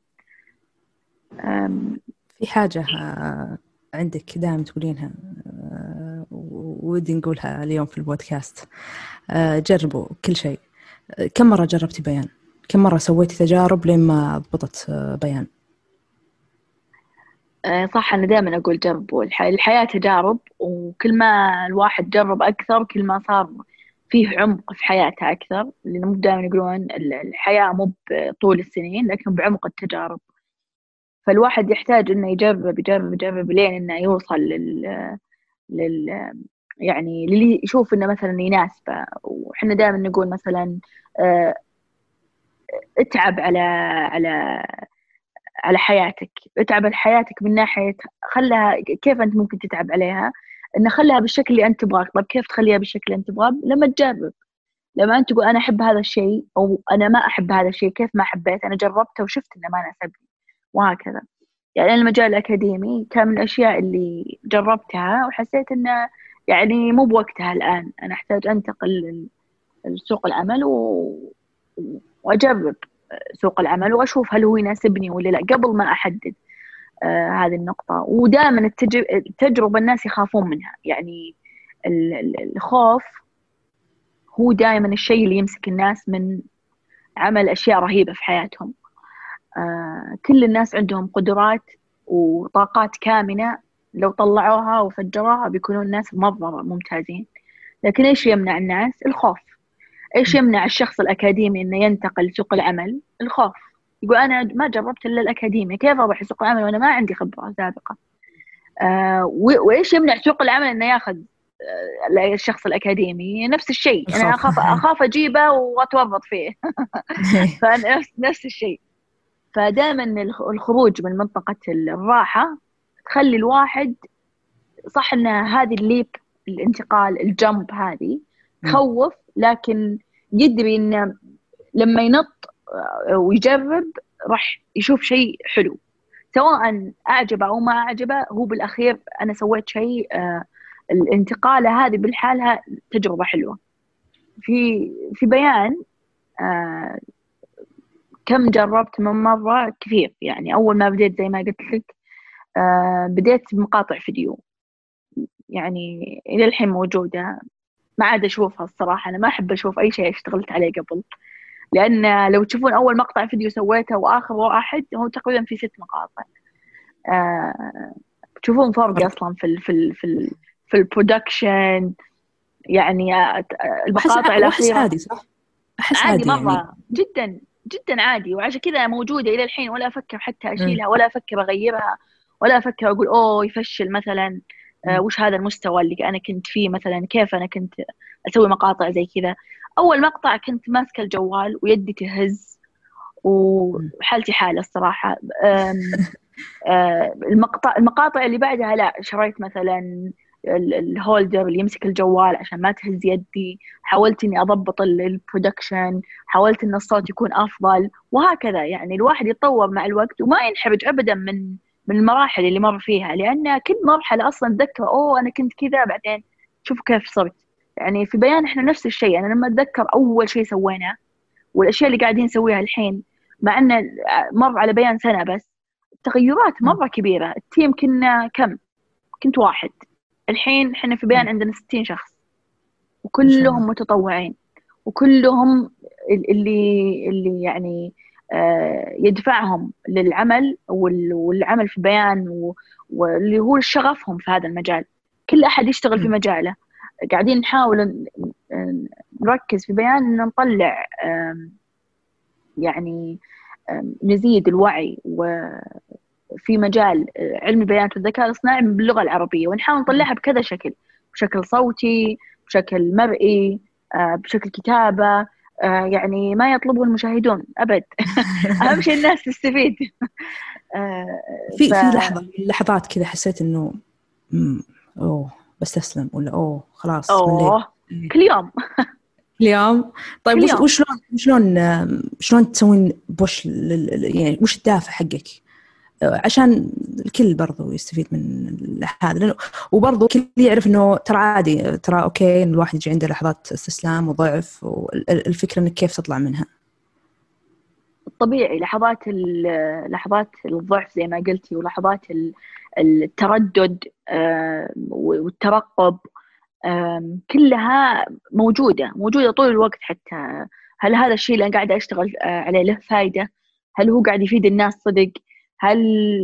في حاجة عندك دائما تقولينها ودي نقولها اليوم في البودكاست، جربوا كل شيء. كم مرة جربتي بيان؟ كم مرة سويتي تجارب لين ما ضبطت بيان؟ صح، أنا دائما أقول جربوا. الحياة تجارب، وكل ما الواحد جرب أكثر كل ما صار فيه عمق في حياته أكثر. لأنه مو دائما يقولون الحياة مو بطول السنين لكن بعمق التجارب. فالواحد يحتاج إنه يجرب يجرب يجرب لين إنه يوصل لل لل يعني اللي يشوف إنه مثلا يناسبه. وإحنا دائما نقول مثلا اتعب على على على حياتك، اتعب على حياتك من ناحية خلها كيف أنت ممكن تتعب عليها، إن خلها بالشكل اللي أنت تبغاه. طب كيف تخليها بالشكل اللي أنت تبغاه؟ لما تجرب، لما أنت تقول أنا أحب هذا الشيء أو أنا ما أحب هذا الشيء. كيف ما حبيت؟ أنا جربته وشفت إنه ما ناسبني، وهكذا. يعني المجال الأكاديمي كان من الأشياء اللي جربتها وحسيت إنه يعني مو بوقتها الآن. أنا أحتاج أنتقل لسوق العمل و... وأجرب سوق العمل وأشوف هل هو يناسبني ولا لا قبل ما أحدد آه هذه النقطة. ودائما التجربة, التجربة الناس يخافون منها. يعني الخوف هو دائما الشيء اللي يمسك الناس من عمل أشياء رهيبة في حياتهم. آه كل الناس عندهم قدرات وطاقات كامنة، لو طلعوها وفجروها بيكونون الناس مرة ممتازين. لكن إيش يمنع الناس؟ الخوف. إيش يمنع الشخص الأكاديمي إنه ينتقل لسوق العمل؟ الخوف. يقول أنا ما جربت إلا الأكاديمي، كيف أروح سوق العمل وأنا ما عندي خبرة سابقة؟ آه وإيش يمنع سوق العمل إنه ياخذ آه الشخص الأكاديمي؟ نفس الشيء. أنا أخاف أخاف أجيبه وأتورط فيه. فنفس نفس الشيء. فدائما الخروج من منطقة الراحة تخلي الواحد صح إن هذه الليب، الانتقال، الجمب هذه تخوف، لكن يدري إنه لما ينط ويجرب راح يشوف شيء حلو، سواء أعجبه أو ما أعجبه. هو بالأخير أنا سويت شيء. آه الانتقالة هذه بالحالها تجربة حلوة. في في بيان آه كم جربت من مرة كثير. يعني أول ما بديت زي ما قلت لك آه بديت بمقاطع فيديو، يعني إلى الحين موجودة، ما عاد أشوفها الصراحة. أنا ما أحب أشوف أي شيء اشتغلت عليه قبل، لأن لو تشوفون أول مقطع فيديو سويته وآخر واحد هو تقريبا في ست مقاطع. آه تشوفون فرق أصلا في ال في ال في ال في البرودكشن. يعني المقاطع الأخيرة عادي صح؟ أحس عادي, عادي مرة يعني. جدا جدا عادي، وعشان كذا موجودة إلى الحين. ولا أفكر حتى أشيلها ولا أفكر أغيرها ولا أفكر أقول أوه يفشل مثلا. آه وش هذا المستوى اللي أنا كنت فيه مثلا؟ كيف أنا كنت أسوي مقاطع زي كذا؟ أول مقطع كنت ماسكة الجوال ويدي تهز وحالتي حالة الصراحة. المقطع المقاطع اللي بعدها لا، شريت مثلا الهولدر اللي يمسك الجوال عشان ما تهز يدي، حاولت إني أضبط البرودكشن، حاولت إن الصوت يكون أفضل، وهكذا. يعني الواحد يتطور مع الوقت وما ينحرج أبدا من من المراحل اللي مر فيها، لأن كل مرحلة أصلا أتذكر أوه أنا كنت كذا بعدين شوفوا كيف صرت. يعني في بيان إحنا نفس الشيء. أنا لما أتذكر أول شيء سويناه والأشياء اللي قاعدين نسويها الحين، مع أنه مر على بيان سنة بس، تغيرات مرة كبيرة. التيم كنا كم؟ كنت واحد. الحين إحنا في بيان عندنا ستين شخص وكلهم متطوعين، وكلهم اللي اللي يعني آه يدفعهم للعمل والعمل في بيان، واللي هو شغفهم في هذا المجال. كل أحد يشتغل في مجاله. قاعدين نحاول نركز في بيان إن نطلع يعني نزيد الوعي وفي مجال علم البيانات والذكاء الاصطناعي باللغة العربية، ونحاول نطلعها بكذا شكل، بشكل صوتي، بشكل مرئي، بشكل كتابة، يعني ما يطلبه المشاهدون أبد. أهم شيء الناس تستفيد. في ف... في لحظة من اللحظات كذا حسيت إنه مم. أوه بستسلم ولا أوه خلاص أوه مليت. كل يوم اليوم. طيب كل وش يوم. وشلون شلون شلون تسوين بوش لل... يعني وش الدافع حقك عشان الكل برضو يستفيد من هذا، لأنه وبرضو الكل يعرف إنه ترى عادي، ترى أوكي إن الواحد يجي عنده لحظات استسلام وضعف، والفكرة إنك كيف تطلع منها. طبيعي لحظات لحظات الضعف زي ما قلتي، ولحظات التردد والترقب كلها موجودة موجودة طول الوقت. حتى هل هذا الشيء اللي أنا قاعدة أشتغل عليه له فايدة؟ هل هو قاعد يفيد الناس صدق؟ هل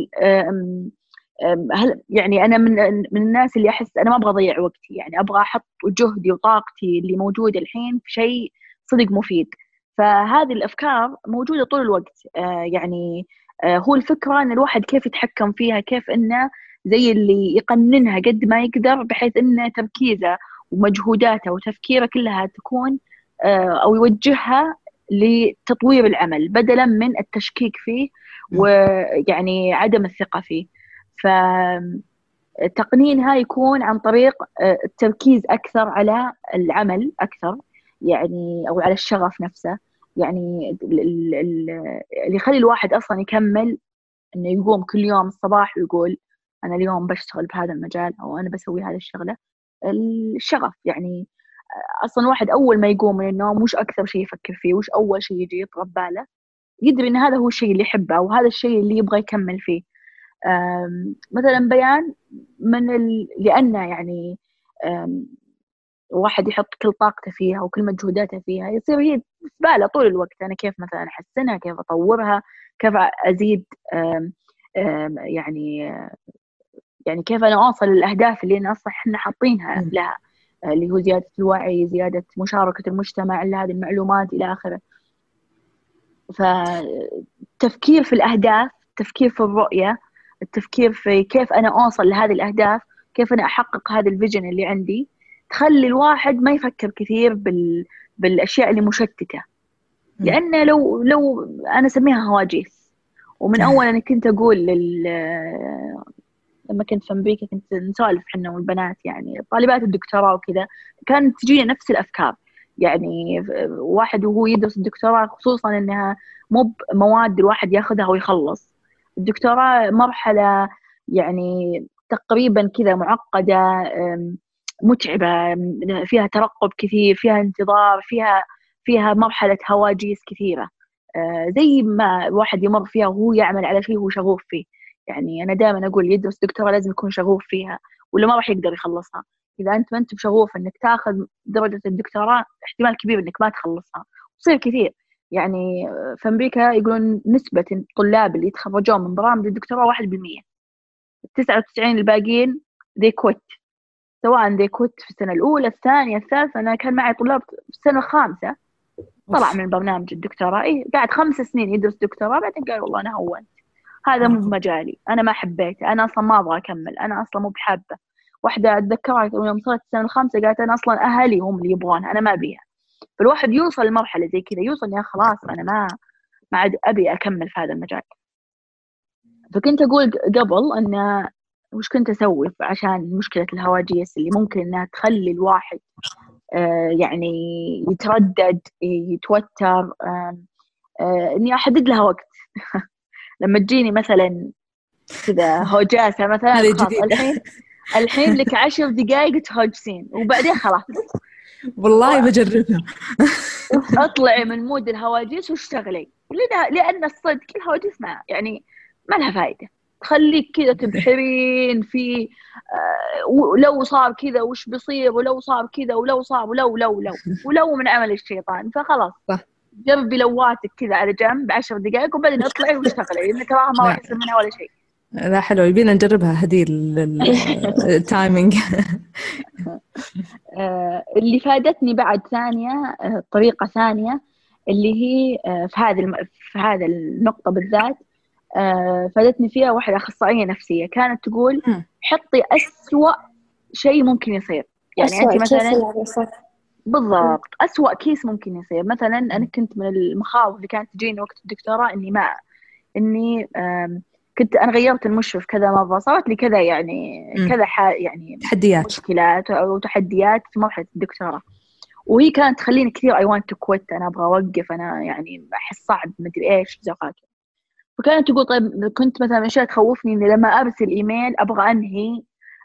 هل يعني أنا من من الناس اللي أحس أنا ما أبغى أضيع وقتي، يعني أبغى أحط جهدي وطاقتي اللي موجودة الحين في شيء صدق مفيد. فهذه الأفكار موجودة طول الوقت. يعني هو الفكرة أن الواحد كيف يتحكم فيها، كيف إنه زي اللي يقننها قد ما يقدر، بحيث إنه تركيزه ومجهوداته وتفكيره كلها تكون أو يوجهها لتطوير العمل بدلا من التشكيك فيه ويعني عدم الثقة فيه. فتقنينها يكون عن طريق التركيز أكثر على العمل أكثر، يعني أو على الشغف نفسه. يعني اللي يخلي الواحد أصلا يكمل إنه يقوم كل يوم الصباح ويقول أنا اليوم بشتغل بهذا المجال أو أنا بسوي هذه الشغلة، الشغف. يعني أصلا الواحد أول ما يقوم من النوم وش أكثر شيء يفكر فيه، وش أول شيء يجي يطرب باله، يدري إن هذا هو الشيء اللي يحبه وهذا الشيء اللي يبغى يكمل فيه. مثلا بيان من ال... لأنه يعني واحد يحط كل طاقته فيها وكل مجهوداته فيها، يصير هي في باله طول الوقت أنا كيف مثلا أحسنها، كيف أطورها، كيف أزيد أم أم يعني يعني كيف أنا أوصل للأهداف اللي أنا أصلا إحنا حاطينها لها، اللي هو زيادة الوعي، زيادة مشاركة المجتمع لهذه المعلومات إلى آخره. فالتفكير في الأهداف، التفكير في الرؤية، التفكير في كيف أنا أوصل لهذه الأهداف، كيف أنا أحقق هذا الفيجن اللي عندي، تخلي الواحد ما يفكر كثير بال... بالأشياء اللي مشتتة. لأن لو لو أنا أسميها هواجيس. ومن أول أنا كنت أقول لل... لما كنت في أمريكا كنت نسولف حنا والبنات، يعني طالبات الدكتوراه وكذا، كانت تجينا نفس الأفكار. يعني واحد وهو يدرس الدكتوراه، خصوصا أنها مو مواد الواحد ياخذها ويخلص. الدكتوراه مرحلة يعني تقريبا كذا معقدة، متعبة، فيها ترقب كثير، فيها انتظار، فيها فيها مرحلة هواجيس كثيرة، زي ما الواحد يمر فيها وهو يعمل على شيء هو شغوف فيه. يعني أنا دائما أقول يدرس دكتوراه لازم يكون شغوف فيها ولا ما راح يقدر يخلصها. إذا أنت ما أنت بشغوف إنك تأخذ درجة الدكتوراه، احتمال كبير إنك ما تخلصها، وتصير كثير. يعني في أمريكا يقولون نسبة الطلاب اللي يتخرجون من برامج الدكتوراه واحد بالمية، تسعة وتسعين الباقيين they quit، سواء they quit في السنة الأولى الثانية الثالثة. أنا كان معي طلاب في السنة الخامسة طلع من برنامج الدكتوراه، إيه قاعد خمس سنين يدرس دكتوراه، بعدين قال والله أنا هونت، هذا مو بمجالي، أنا ما حبيته، أنا أصلا ما أبغى أكمل، أنا أصلا مو بحابة. واحدة أتذكرها يوم صارت السنة الخامسة قالت أنا أصلا أهلي هم اللي يبغونها، أنا ما أبيها. فالواحد يوصل لمرحلة زي كذا، يوصل يا خلاص أنا ما ما عاد أبي أكمل في هذا المجال. فكنت أقول قبل أن وش كنت أسوي عشان مشكلة الهواجيس اللي ممكن أنها تخلي الواحد آه يعني يتردد، يتوتر، آه آه إني أحدد لها وقت. لما تجيني مثلا كذا هوجاسة مثلا، خلاص الحين الحين لك عشر دقائق تهوجسين وبعدين خلاص والله بجربها. اطلعي من مود الهواجس واشتغلي، لأن الصدق الهواجس ما يعني ما لها فايدة، تخليك كذا تبحرين في آه لو صار كذا وش بيصير، ولو صار كذا، ولو صار ولو لو لو ولو من عمل الشيطان. فخلاص جربي لواتك كذا على جنب عشر دقائق وبعدين اطلعي واشتغلي، لأن تراها ما راح يصير منها ولا شيء. لا حلو، يبينا نجربها هدي التايمينج. اللي فادتني بعد ثانية طريقة ثانية اللي هي في هذه الم... في هذا النقطة بالذات فادتني فيها واحدة أخصائية نفسية، كانت تقول حطي أسوأ شيء ممكن يصير. يعني أنت مثلا بالضبط أسوأ كيس ممكن يصير. مثلا أنا كنت من المخاوف اللي كانت تجيني وقت الدكتوراه إني ما إني كنت أنا غيرت المشرف كذا مرة، صارت لي كذا يعني كذا يعني تحديات مشكلات أو تحديات في مرحلة الدكتوراه، وهي كانت تخليني كثير I want to quit، أنا أبغى أوقف، أنا يعني أحس صعب مدري إيش زوقات. فكانت تقول طيب كنت مثلا أشياء تخوفني إني لما أرسل إيميل أبغى أنهي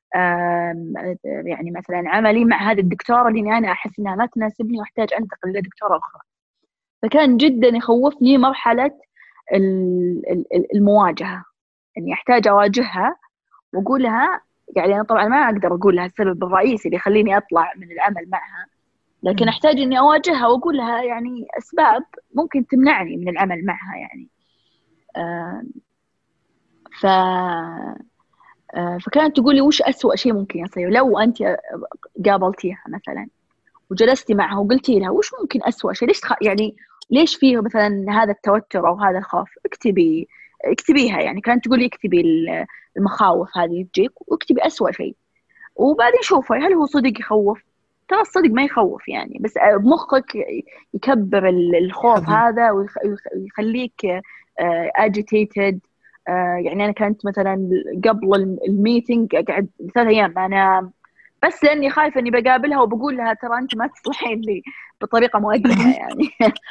يعني مثلا عملي مع هذه الدكتورة اللي أنا أحس إنها ما تناسبني وأحتاج أنتقل إلى دكتورة أخرى. فكان جدا يخوفني مرحلة المواجهة، إني أحتاج أواجهها وأقولها. يعني أنا طبعا ما أقدر أقول لها السبب الرئيسي اللي يخليني أطلع من العمل معها، لكن أحتاج إني أواجهها وأقول لها يعني أسباب ممكن تمنعني من العمل معها. يعني آه ف آه فكانت تقولي وش أسوأ شيء ممكن يصير لو أنت قابلتيها مثلا وجلستي معها وقلتي لها وش ممكن أسوأ شيء، ليش تخ... يعني ليش فيه مثلا هذا التوتر أو هذا الخوف، اكتبي اكتبيها. يعني كانت تقولي اكتبي المخاوف هذه تجيك واكتبي أسوأ شيء، وبعدين شوفي هل هو صدق يخوف. ترى الصدق ما يخوف يعني، بس بمخك يكبر الخوف هذا ويخليك agitated. يعني أنا كانت مثلا قبل الميتينج أقعد ثلاث أيام أنا بس لأني خايفة إني بقابلها وبقول لها ترى أنت ما تصلحين لي بطريقة موجهة يعني.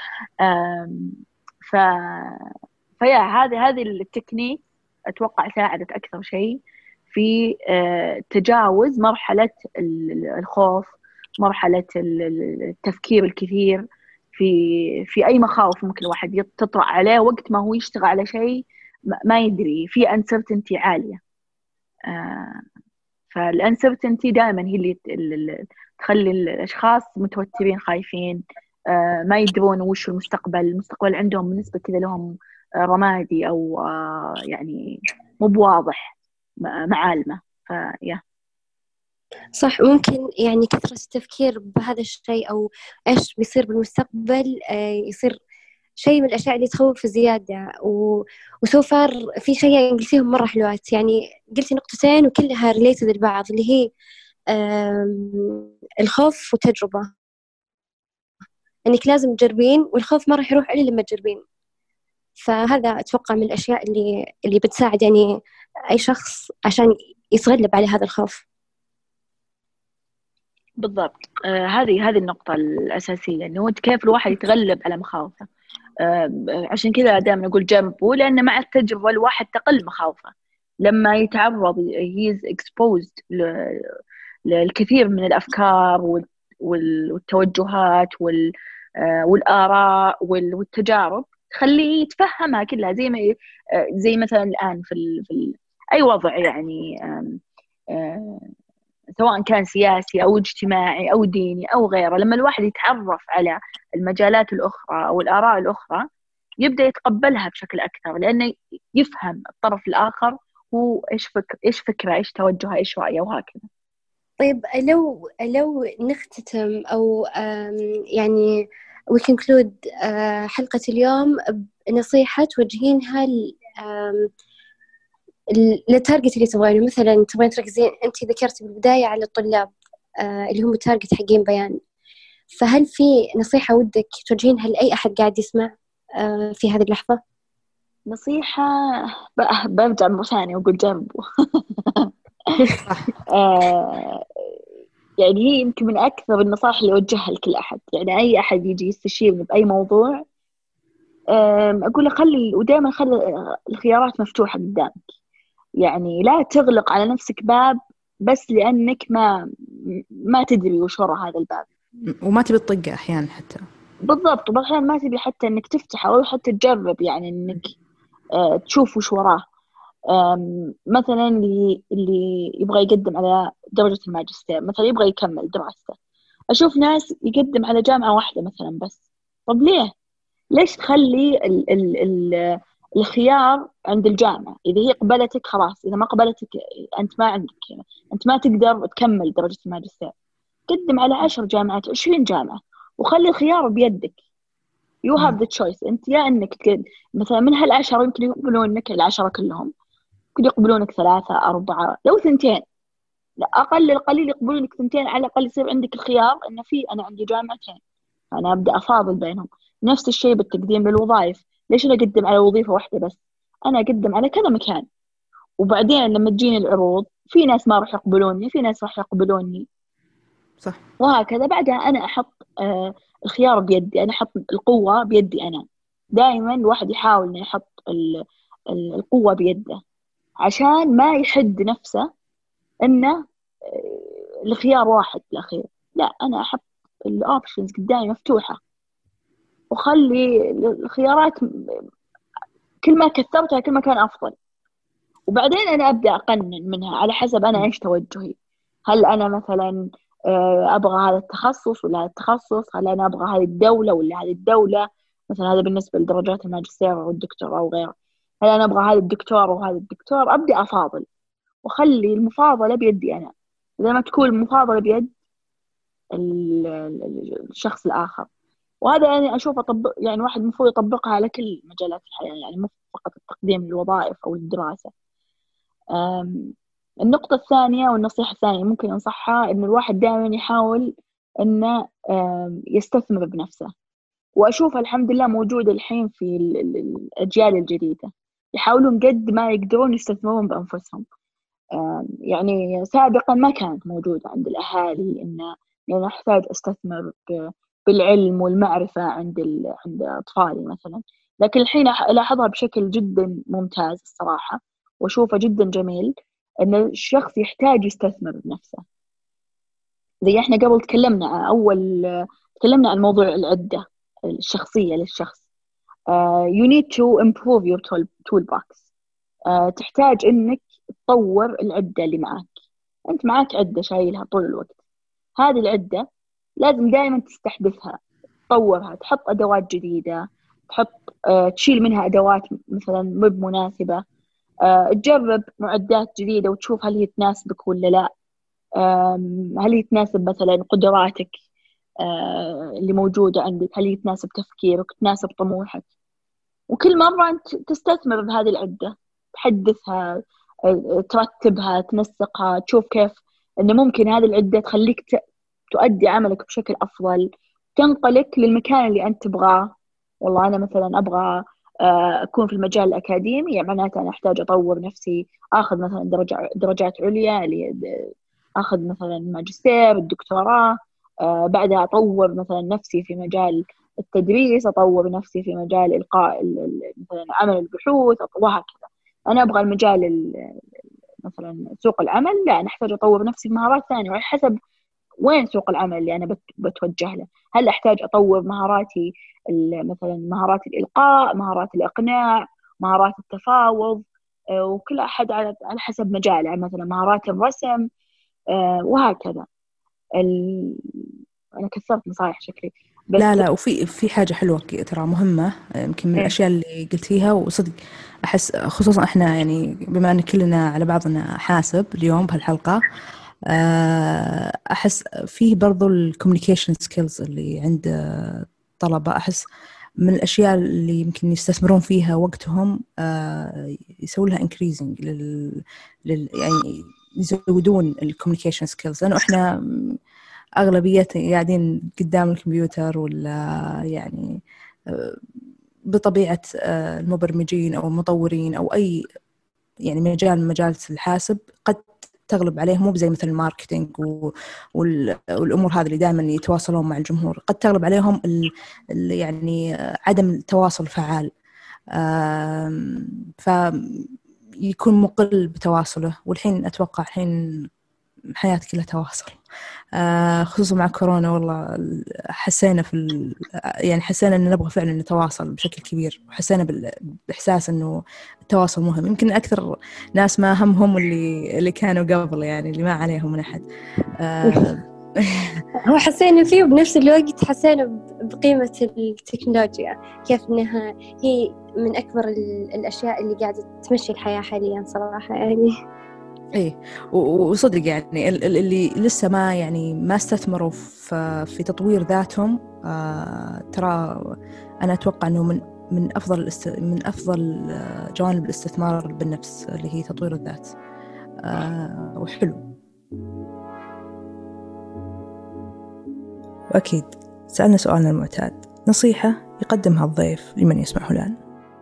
ف فيا هذه هذه التكنيك أتوقع ساعدت أكثر شيء في تجاوز مرحلة الخوف، مرحلة التفكير الكثير في في أي مخاوف ممكن الواحد تطرأ عليه وقت ما هو يشتغل على شيء ما يدري في uncertainty عالية. فالuncertainty دائما هي اللي تخلي الأشخاص متوترين خايفين، ما يدرون وش المستقبل. المستقبل عندهم بالنسبة كذا لهم رمادي أو يعني مو بواضح معالمة. فيا صح، ممكن يعني كثرة التفكير بهذا الشيء أو إيش بيصير بالمستقبل يصير شيء من الأشياء اللي تخوف زيادة. و... وسوفر في شيء قلتيهم مرة حلوات، يعني قلتي نقطتين وكلها ريليتد لبعض، اللي هي الخوف وتجربة، أنك لازم تجربين والخوف ما راح يروح إلا لما تجربين. فهذا أتوقع من الأشياء اللي اللي بتساعد يعني أي شخص عشان يتغلب على هذا الخوف. بالضبط. آه هذه هذه النقطة الأساسية، إنه كيف الواحد يتغلب على مخاوفه. آه عشان كذا دائما أقول جربوا، لأن مع التجربة الواحد تقل مخاوفه لما يتعرض he is exposed للكثير من الأفكار والتوجهات والآراء والتجارب، تخليه يتفهمها كلها زي ما زي مثلا الآن في, في أي وضع يعني سواء كان سياسي أو اجتماعي أو ديني أو غيره. لما الواحد يتعرف على المجالات الأخرى أو الآراء الأخرى يبدأ يتقبلها بشكل أكثر، لأنه يفهم الطرف الآخر هو إيش فكر إيش فكرة إيش توجهه إيش رأيه وهكذا. طيب لو لو نختتم أو يعني we conclude حلقة اليوم بنصيحة توجهينها للتارجت اللي تبغينه. مثلا تبغين تركزين، أنت ذكرتي بالبداية على الطلاب اللي هم التارجت حقين بيان، فهل في نصيحة ودك توجهينها لأي أحد قاعد يسمع في هذه اللحظة؟ نصيحة برجع مرة ثانية وأقول جربوا. يعني هي يمكن من أكثر النصائح اللي أوجهها لكل أحد. يعني أي أحد يجي يستشيرني بأي موضوع أقول له خلي، ودائما خلي الخيارات مفتوحة قدامك. يعني لا تغلق على نفسك باب بس لأنك ما ما تدري وش وراء هذا الباب، وما تبي تطقه أحيانا حتى. بالضبط، وبأحيان ما تبي حتى إنك تفتحه أو حتى تجرب، يعني إنك آه تشوف وش وراه. مثلا اللي اللي يبغى يقدم على درجة الماجستير مثلا، يبغى يكمل دراسته، أشوف ناس يقدم على جامعة واحدة مثلا بس. طب ليه؟ ليش تخلي ال ال ال الخيار عند الجامعة؟ إذا هي قبلتك خلاص، إذا ما قبلتك أنت ما عندك، أنت ما تقدر تكمل درجة الماجستير. قدم على عشر جامعات عشرين جامعة وخلي الخيار بيدك. you have the choice. أنت يا إنك مثلا من هالعشرة يمكن يقبلونك العشرة كلهم، يمكن يقبلونك ثلاثة أربعة، لو ثنتين، لا أقل القليل يقبلونك ثنتين، على الأقل يصير عندك الخيار إنه في أنا عندي جامعتين أنا أبدأ أفاضل بينهم. نفس الشيء بالتقديم للوظائف، ليش أنا أقدم على وظيفة واحدة بس؟ أنا أقدم على كذا مكان، وبعدين لما تجيني العروض في ناس ما راح يقبلوني، في ناس راح يقبلوني، صح. وهكذا. بعدها أنا أحط آه الخيار بيدي، أنا أحط القوة بيدي أنا. دائما الواحد يحاول إنه يحط ال ال القوة بيده عشان ما يحد نفسه إنه آه الخيار واحد في الأخير. لا، أنا أحط الأوبشنز قدامي مفتوحة، وخلي الخيارات كل ما كثرتها كل ما كان أفضل. وبعدين أنا أبدأ أقنن منها على حسب أنا إيش توجهي. هل أنا مثلا أبغى هذا التخصص ولا هذا التخصص؟ هل أنا أبغى هذه الدولة ولا هذه الدولة؟ مثلا هذا بالنسبة لدرجات الماجستير أو الدكتوراه أو غيره. هل أنا أبغى هذا الدكتور وهذا الدكتور؟ أبدأ أفاضل وخلي المفاضلة بيدي أنا، إذا ما تكون المفاضلة بيد الشخص الآخر. وهذا يعني أشوف أطبق، يعني واحد المفروض يطبقها على كل مجالات الحياة، يعني مو فقط التقديم للوظائف أو الدراسة. النقطة الثانية والنصيحة الثانية ممكن أنصحها إنه الواحد دائما يحاول إنه يستثمر بنفسه، وأشوفها الحمد لله موجودة الحين في الأجيال الجديدة، يحاولون قد ما يقدرون يستثمرون بأنفسهم. يعني سابقا ما كانت موجودة عند الأهالي إنه يعني أحتاج أستثمر بالعلم والمعرفة عند عند أطفالي مثلا، لكن الحين ألاحظها بشكل جدا ممتاز الصراحة، وأشوفه جدا جميل إن الشخص يحتاج يستثمر بنفسه. زي إحنا قبل تكلمنا أول تكلمنا عن موضوع العدة الشخصية للشخص. uh, you need to improve your tool, toolbox. uh, تحتاج إنك تطور العدة اللي معك. أنت معك عدة شايلها طول الوقت، هذه العدة لازم دائما تستحدثها، تطورها، تحط أدوات جديدة، تحط uh, تشيل منها أدوات مثلا مب مناسبة، uh, تجرب معدات جديدة وتشوف هل هي تناسبك ولا لا، هل هي تناسب مثلا قدراتك اللي موجودة عندك، هل هي تناسب تفكيرك، تناسب طموحك. وكل مرة أنت تستثمر بهذه العدة، تحدثها، ترتبها، تنسقها، تشوف كيف أنه ممكن هذه العدة تخليك تؤدي عملك بشكل أفضل، تنقلك للمكان اللي أنت تبغاه. والله أنا مثلا أبغى أكون في المجال الأكاديمي، يعني معناته أنا أحتاج أطور نفسي، أخذ مثلا درجة درجات عليا، اللي أخذ مثلا ماجستير، الدكتوراه، آه بعدها أطور مثلا نفسي في مجال التدريس، أطور نفسي في مجال إلقاء مثلا عمل البحوث وهكذا. أنا أبغى المجال مثلا سوق العمل، لا أنا أحتاج أطور نفسي في مهارات ثانية، وعلى حسب وين سوق العمل اللي أنا بتوجه له. هل أحتاج أطور مهاراتي مثلا مهارات الإلقاء، مهارات الإقناع، مهارات التفاوض، آه وكل أحد على حسب مجاله، مثلا مهارات الرسم، آه وهكذا. ال... أنا كثرت نصايح شكلي بس لا لا وفي في حاجة حلوة ترى مهمة، يمكن من الأشياء اللي قلتيها وصدق أحس، خصوصا إحنا يعني بما أن كلنا على بعضنا حاسب اليوم بهالحلقة، أحس فيه برضو الكوميونيكيشن سكيلز اللي عند طلبة، أحس من الأشياء اللي يمكن يستثمرون فيها وقتهم، يسوون لها increasing لل... لل... يعني يزودون الكوميونيكيشن سكيلز، لأنه إحنا أغلبيتنا قاعدين قدام الكمبيوتر ولا يعني بطبيعة المبرمجين أو المطورين أو أي يعني مجال من مجالات الحاسب قد تغلب عليهم، مو زي مثل الماركتينج والأمور هذه اللي دائما يتواصلون مع الجمهور، قد تغلب عليهم ال ال يعني عدم التواصل الفعال، فيكون مقل بتواصله. والحين أتوقع الحين حياة كلها تواصل، آه خصوصا مع كورونا. والله حسينا في ال... يعني حسينا إن نبغى فعلا نتواصل بشكل كبير، وحسينا بالإحساس إنه التواصل مهم. يمكن أكثر ناس ما همهم اللي اللي كانوا قبل، يعني اللي ما عليهم من أحد. آه هو حسينا فيه، وبنفس الوقت حسينا بقيمة التكنولوجيا، كيف إنها هي من أكبر الأشياء اللي قاعدة تمشي الحياة حاليا صراحة يعني. إيه، وصدق يعني اللي لسه ما يعني ما استثمروا في في تطوير ذاتهم، آه ترى أنا أتوقع إنه من من أفضل من أفضل جوانب الاستثمار بالنفس اللي هي تطوير الذات. آه وحلو. وأكيد سألنا سؤالنا المعتاد، نصيحة يقدمها الضيف لمن يسمعه الآن.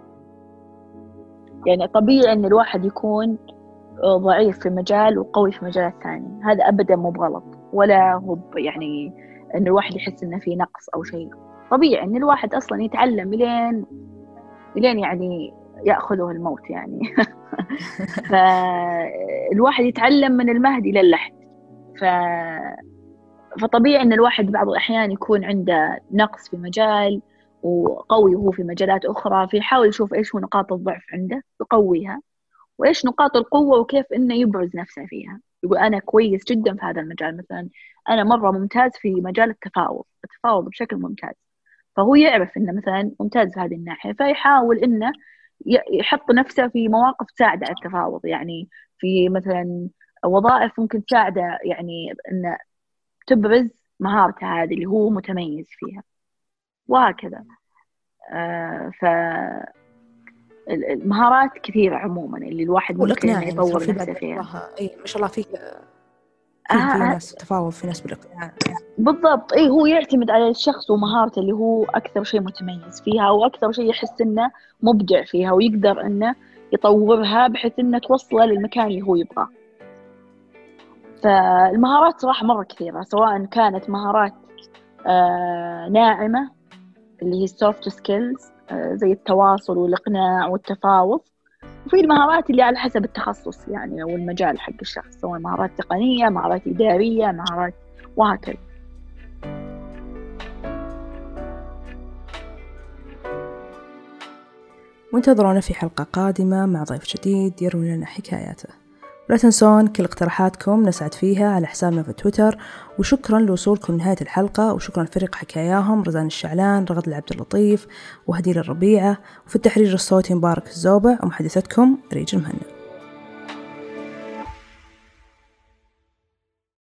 يعني طبيعي أن الواحد يكون ضعيف في مجال وقوي في مجال ثاني، هذا أبدا مو بغلط، ولا هو يعني أن الواحد يحس أنه في نقص أو شيء. طبيعي أن الواحد أصلا يتعلم لين لين يعني يأخذه الموت يعني. فالواحد يتعلم من المهد إلى اللحد. ف... فطبيعي أن الواحد بعض الأحيان يكون عنده نقص في مجال وقوي وهو في مجالات أخرى، فيحاول يشوف إيش هو نقاط الضعف عنده يقويها، وإيش نقاط القوة وكيف إنه يبرز نفسه فيها. يقول أنا كويس جدا في هذا المجال، مثلا أنا مرة ممتاز في مجال التفاوض التفاوض بشكل ممتاز، فهو يعرف إنه مثلا ممتاز في هذه الناحية، فيحاول إنه يحط نفسه في مواقف تساعده على التفاوض، يعني في مثلا وظائف ممكن تساعده يعني إنه تبرز مهارته هذه اللي هو متميز فيها، وهكذا. آه ف المهارات كثيرة عموما اللي الواحد ممكن إنه يطور يعني نفسه فيها. إيه ما شاء الله فيك في, آه في ناس تفاوض، في ناس بالإقناع. بالضبط. إيه هو يعتمد على الشخص ومهارته اللي هو أكثر شيء متميز فيها وأكثر شيء يحس إنه مبدع فيها ويقدر إنه يطورها بحيث إنه توصله للمكان اللي هو يبغاه. فالمهارات صراحة مرة كثيرة، سواء كانت مهارات آه ناعمة اللي هي soft skills آه زي التواصل والإقناع والتفاوض، وفي المهارات اللي على حسب التخصص يعني أو المجال حق الشخص، سواء مهارات تقنية، مهارات إدارية، مهارات وهكذا. وانتظرونا في حلقة قادمة مع ضيف جديد يروي لنا حكاياته. ولا تنسون كل اقتراحاتكم نسعد فيها على حسابنا في تويتر. وشكرا لوصولكم لنهاية الحلقة، وشكرا لفريق حكاياهم رزان الشعلان، رغد العبد اللطيف، وهديل الربيعة، وفي التحرير الصوتي مبارك الزوبع، ومحدثتكم ريج المهنا.